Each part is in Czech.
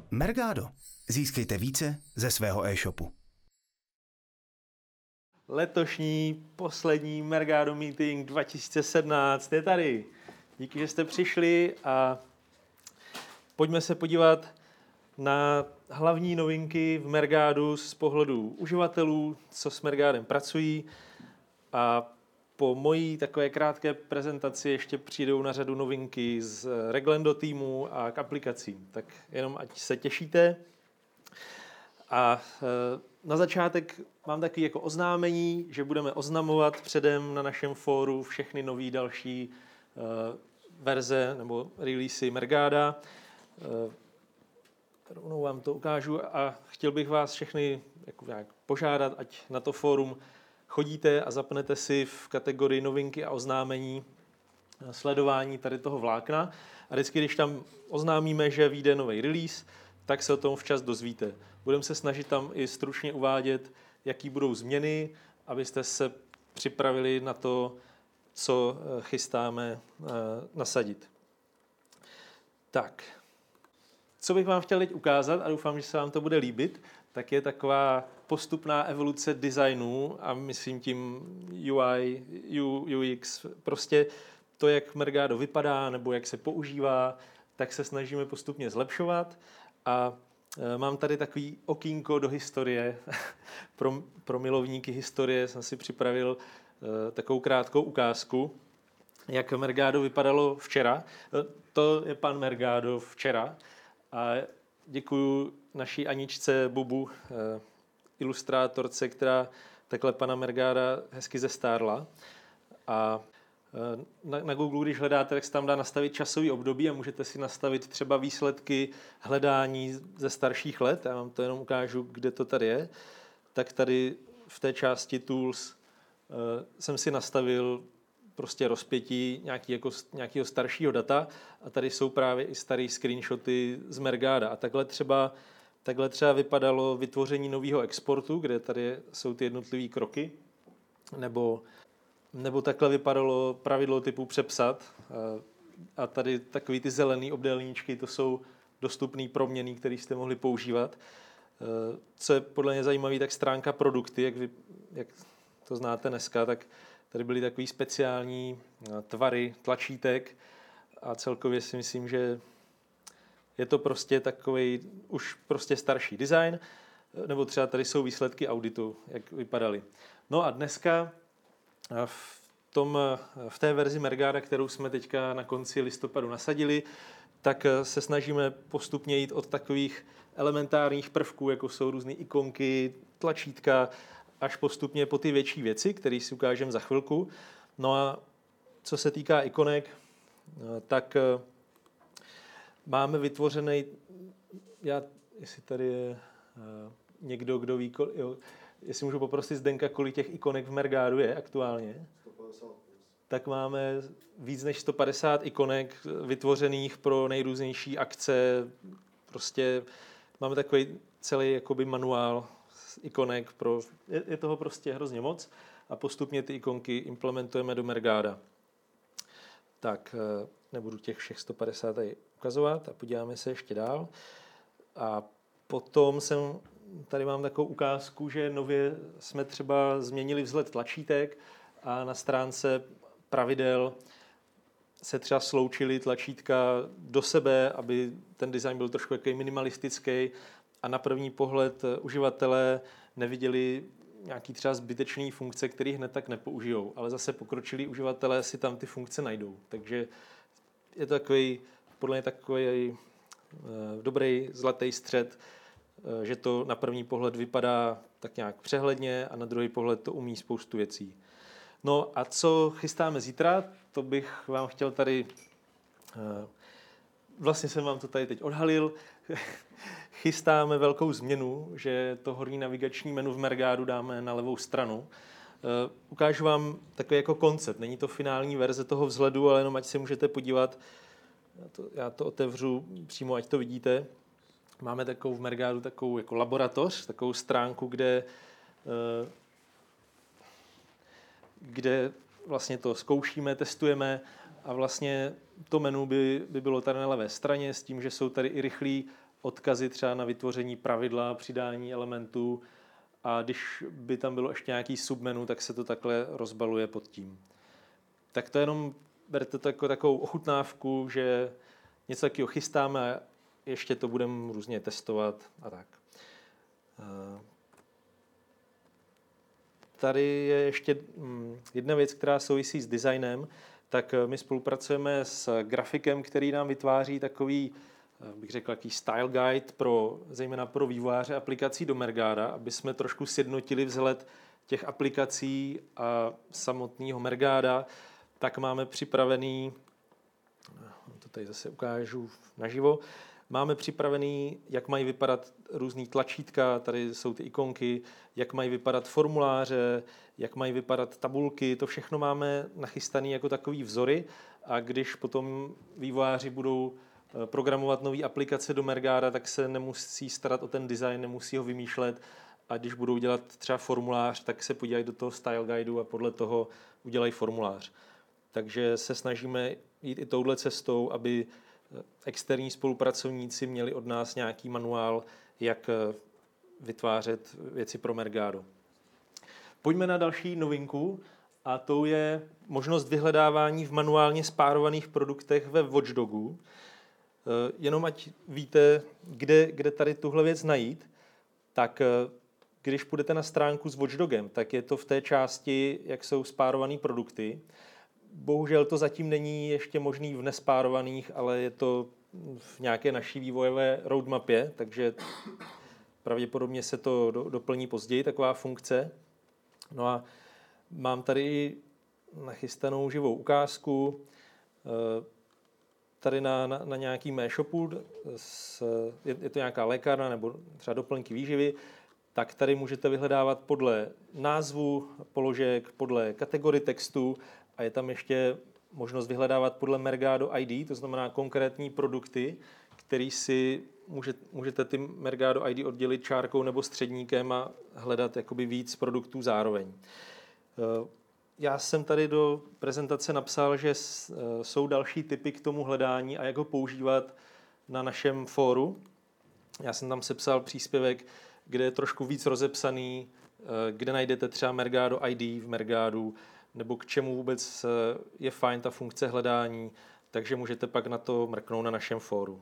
Mergado. Získejte více ze svého e-shopu. Letošní poslední Mergado Meeting 2017 je tady. Díky, že jste přišli a pojďme se podívat na hlavní novinky v Mergadu z pohledu uživatelů, co s Mergadem pracují, a po mojí takové krátké prezentaci ještě přijdou na řadu novinky z Reglendo týmu a k aplikacím. Tak jenom ať se těšíte. A na začátek mám taky jako oznámení, že budeme oznamovat předem na našem fóru všechny nový další verze nebo releasy Mergada. Rovnou vám to ukážu a chtěl bych vás všechny požádat, ať na to fórum chodíte a zapnete si v kategorii novinky a oznámení sledování tady toho vlákna. A vždycky, když tam oznámíme, že vyjde nový release, tak se o tom včas dozvíte. Budeme se snažit tam i stručně uvádět, jaký budou změny, abyste se připravili na to, co chystáme nasadit. Tak, co bych vám chtěl teď ukázat, a doufám, že se vám to bude líbit, tak je taková postupná evoluce designu a myslím tím UI, UX, prostě to, jak Mergado vypadá nebo jak se používá, tak se snažíme postupně zlepšovat. A mám tady takový okýnko do historie. Pro milovníky historie jsem si připravil takovou krátkou ukázku, jak Mergado vypadalo včera. To je pan Mergado včera. A děkuju naší Aničce Bubu, ilustrátorce, která takhle pana Mergada hezky zestárla. A na Google, když hledáte, tak se tam dá nastavit časový období a můžete si nastavit třeba výsledky hledání ze starších let. Já vám to jenom ukážu, kde to tady je. Tak tady v té části Tools jsem si nastavil prostě rozpětí nějakého staršího data a tady jsou právě i staré screenshoty z Mergada. A takhle třeba vypadalo vytvoření nového exportu, kde tady jsou ty jednotlivé kroky, nebo takhle vypadalo pravidlo typu přepsat. A tady takový ty zelený obdélníčky, to jsou dostupné proměny, které jste mohli používat. Co je podle mě zajímavé, tak stránka produkty, jak to znáte dneska, tak tady byly takový speciální tvary tlačítek a celkově si myslím, že je to prostě takový už prostě starší design, nebo třeba tady jsou výsledky auditu, jak vypadaly. No a dneska v té verzi Mergada, kterou jsme teďka na konci listopadu nasadili, tak se snažíme postupně jít od takových elementárních prvků, jako jsou různé ikonky, tlačítka, až postupně po ty větší věci, které si ukážeme za chvilku. No a co se týká ikonek, tak máme vytvořený, jestli tady je někdo, kdo ví, jestli můžu poprosit Zdenka, kolik těch ikonek v Mergadu je aktuálně. 150. Tak máme víc než 150 ikonek vytvořených pro nejrůznější akce. Prostě máme takový celý jakoby manuál ikonek. Je toho prostě hrozně moc a postupně ty ikonky implementujeme do Mergada. Tak nebudu těch všech 150 tady ukazovat a podíváme se ještě dál. A potom tady mám takovou ukázku, že nově jsme třeba změnili vzhled tlačítek a na stránce pravidel se třeba sloučily tlačítka do sebe, aby ten design byl trošku takový minimalistický a na první pohled uživatelé neviděli nějaký třeba zbytečný funkce, které hned tak nepoužijou, ale zase pokročilí uživatelé si tam ty funkce najdou. Takže je to podle mě takový dobrý zlatý střed, že to na první pohled vypadá tak nějak přehledně a na druhý pohled to umí spoustu věcí. No a co chystáme zítra, to bych vám chtěl tady, vlastně jsem vám to tady teď odhalil, chystáme velkou změnu, že to horní navigační menu v Mergadu dáme na levou stranu. Ukážu vám takový jako koncept, není to finální verze toho vzhledu, ale jenom ať si můžete podívat, já to otevřu přímo, ať to vidíte. Máme takovou v Mergadu takovou jako laboratoř, takovou stránku, kde vlastně to zkoušíme, testujeme a vlastně to menu by bylo tady na levé straně s tím, že jsou tady i rychlé odkazy třeba na vytvoření pravidla, přidání elementů a když by tam bylo ještě nějaký submenu, tak se to takhle rozbaluje pod tím. Tak to jenom berte to jako takovou ochutnávku, že něco takového chystáme a ještě to budeme různě testovat a tak. Tady je ještě jedna věc, která souvisí s designem, tak my spolupracujeme s grafikem, který nám vytváří takový, bych řekl, jaký style guide zejména pro vývojáře aplikací do Mergada, aby jsme trošku sjednotili vzhled těch aplikací a samotného Mergada, tak máme připravený, to tady zase ukážu naživo, máme připravený, jak mají vypadat různý tlačítka, tady jsou ty ikonky, jak mají vypadat formuláře, jak mají vypadat tabulky, to všechno máme nachystané jako takový vzory a když potom vývojáři budou programovat nové aplikace do Mergada, tak se nemusí starat o ten design, nemusí ho vymýšlet a když budou dělat třeba formulář, tak se podívají do toho style guideu a podle toho udělají formulář. Takže se snažíme jít i touhle cestou, aby externí spolupracovníci měli od nás nějaký manuál, jak vytvářet věci pro Mergado. Pojďme na další novinku a tou je možnost vyhledávání v manuálně spárovaných produktech ve Watchdogu. Jenom ať víte, kde tady tuhle věc najít, tak když půjdete na stránku s Watchdogem, tak je to v té části, jak jsou spárované produkty. Bohužel to zatím není ještě možný v nespárovaných, ale je to v nějaké naší vývojové roadmapě, takže pravděpodobně se to doplní později, taková funkce. No a mám tady nachystanou živou ukázku tady na nějakým e-shopu, je to nějaká lékárna nebo třeba doplňky výživy, tak tady můžete vyhledávat podle názvu položek, podle kategorie textu a je tam ještě možnost vyhledávat podle Mergado ID, to znamená konkrétní produkty, který si můžete ty Mergado ID oddělit čárkou nebo středníkem a hledat jakoby víc produktů zároveň. Já jsem tady do prezentace napsal, že jsou další tipy k tomu hledání a jak ho používat na našem fóru. Já jsem tam sepsal příspěvek, kde je trošku víc rozepsaný, kde najdete třeba Mergado ID v Mergadu, nebo k čemu vůbec je fajn ta funkce hledání, takže můžete pak na to mrknout na našem fóru.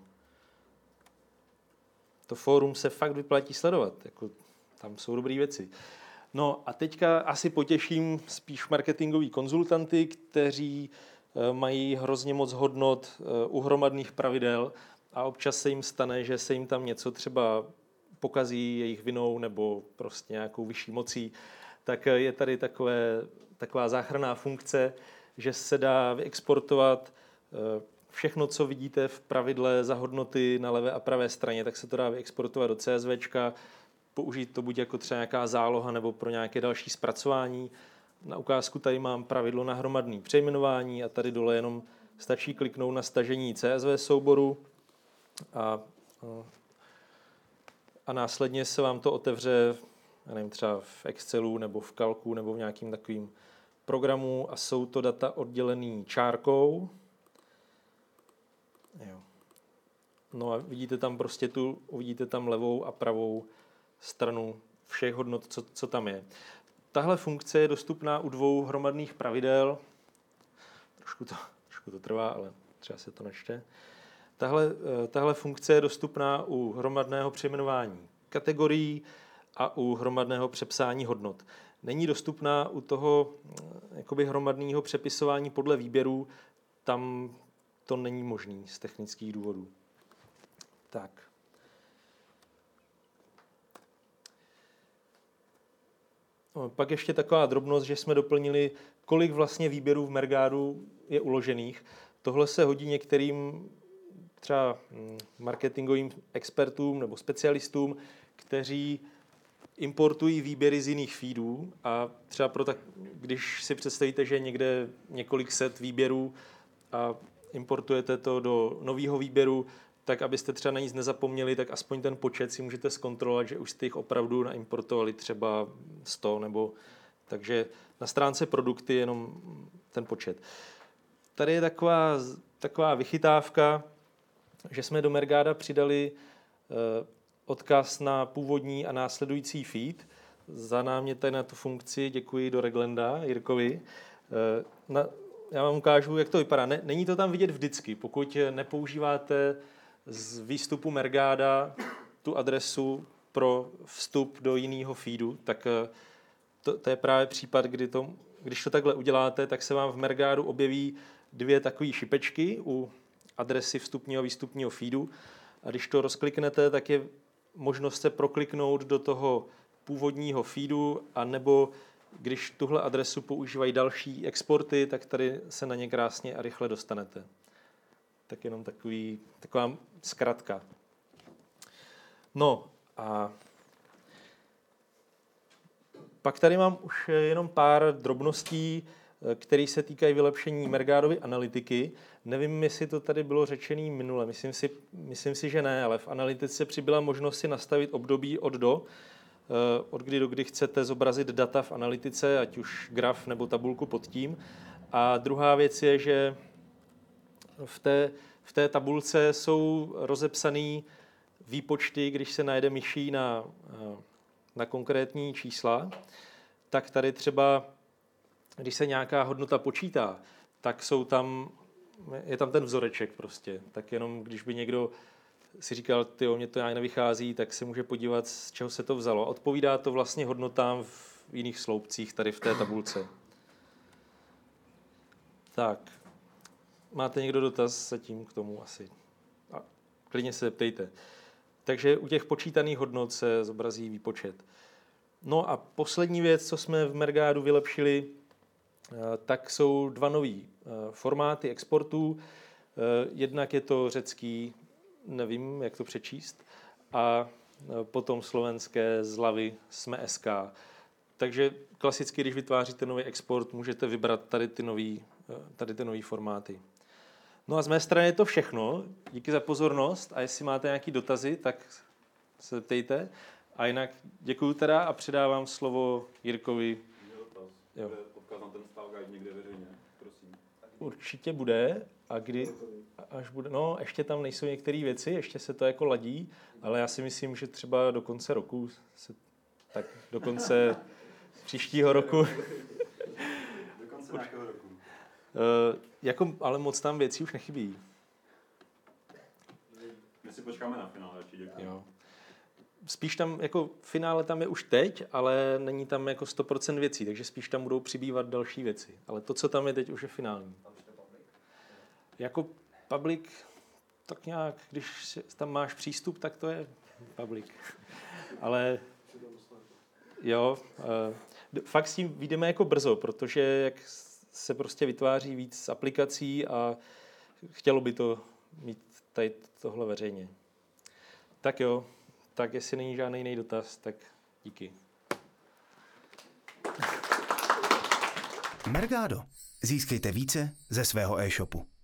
To fórum se fakt vyplatí sledovat, jako, tam jsou dobré věci. No a teďka asi potěším spíš marketingový konzultanty, kteří mají hrozně moc hodnot u hromadných pravidel a občas se jim stane, že se jim tam něco třeba pokazí jejich vinou nebo prostě nějakou vyšší mocí, tak je tady taková záchranná funkce, že se dá vyexportovat všechno, co vidíte v pravidle za hodnoty na levé a pravé straně, tak se to dá vyexportovat do CSVčka, použít to buď jako třeba nějaká záloha nebo pro nějaké další zpracování. Na ukázku tady mám pravidlo na hromadné přejmenování a tady dole jenom stačí kliknout na stažení CSV souboru a následně se vám to otevře, já nevím, třeba v Excelu nebo v Calcu nebo v nějakým takovým programu a jsou to data oddělený čárkou. Jo. No a vidíte tam prostě uvidíte tam levou a pravou stranu všech hodnot, co tam je. Tahle funkce je dostupná u 2 hromadných pravidel. Trošku to trvá, ale třeba se to načte. Tahle funkce je dostupná u hromadného přejmenování kategorií a u hromadného přepsání hodnot. Není dostupná u toho jakoby hromadného přepisování podle výběrů, tam to není možný z technických důvodů. Tak. Pak ještě taková drobnost, že jsme doplnili, kolik vlastně výběrů v Mergadu je uložených. Tohle se hodí některým třeba marketingovým expertům nebo specialistům, kteří importují výběry z jiných feedů a třeba když si představíte, že je někde několik set výběrů a importujete to do nového výběru, tak abyste třeba na nic nezapomněli, tak aspoň ten počet si můžete zkontrolovat, že už jste jich opravdu naimportovali třeba 100 nebo... Takže na stránce produkty jenom ten počet. Tady je taková vychytávka, že jsme do Mergada přidali odkaz na původní a následující feed. Za námět na tu funkci děkuji do Reglenda, Jirkovi. Já vám ukážu, jak to vypadá. Není to tam vidět vždycky. Pokud nepoužíváte z výstupu Mergada tu adresu pro vstup do jiného feedu, tak to je právě případ, když to takhle uděláte, tak se vám v Mergadu objeví 2 takové šipečky u adresy vstupního a výstupního feedu. A když to rozkliknete, tak je možnost se prokliknout do toho původního feedu, a nebo když tuhle adresu používají další exporty, tak tady se na ně krásně a rychle dostanete. Tak jenom taková zkratka. No a pak tady mám už jenom pár drobností, které se týkají vylepšení Mergadovy analytiky. Nevím, jestli to tady bylo řečené minule, myslím si, že ne, ale v analytice přibyla možnost si nastavit období od kdy do kdy chcete zobrazit data v analytice, ať už graf nebo tabulku pod tím. A druhá věc je, že v té tabulce jsou rozepsané výpočty, když se najde myší na konkrétní čísla, tak tady třeba, když se nějaká hodnota počítá, tak je tam ten vzoreček prostě. Tak jenom když by někdo si říkal, mě to nějak nevychází, tak se může podívat, z čeho se to vzalo. Odpovídá to vlastně hodnotám v jiných sloupcích tady v té tabulce. Tak, máte někdo dotaz zatím k tomu asi? A klidně se zeptejte. Takže u těch počítaných hodnot se zobrazí výpočet. No a poslední věc, co jsme v Mergadu vylepšili, tak jsou 2 nový formáty exportů. Jednak je to řecký, nevím, jak to přečíst, a potom slovenské z hlavy jsme SK. Takže klasicky, když vytváříte nový export, můžete vybrat tady ty nový formáty. No a z mé strany je to všechno. Díky za pozornost, a jestli máte nějaké dotazy, tak se ptejte. A jinak děkuju teda a předávám slovo Jirkovi. Jo. Bude odkaz na ten style guide někde veřejně, prosím. Určitě bude, a až bude, no ještě tam nejsou některé věci, ještě se to jako ladí, ale já si myslím, že třeba do konce roku, tak do konce příštího roku. Do konce nějakého roku. Ale moc tam věcí už nechybí. My si počkáme na finále, děkuji. Jo. Spíš tam, jako finále tam je už teď, ale není tam jako 100% věcí, takže spíš tam budou přibývat další věci. Ale to, co tam je teď, už je finální. Jako public, tak nějak, když tam máš přístup, tak to je public. Ale jo, fakt s tím vyjdeme jako brzo, protože jak se prostě vytváří víc aplikací a chtělo by to mít tady tohle veřejně. Tak jo, tak jestli není žádný jiný dotaz, tak díky. Mergado. Získejte více ze svého e-shopu.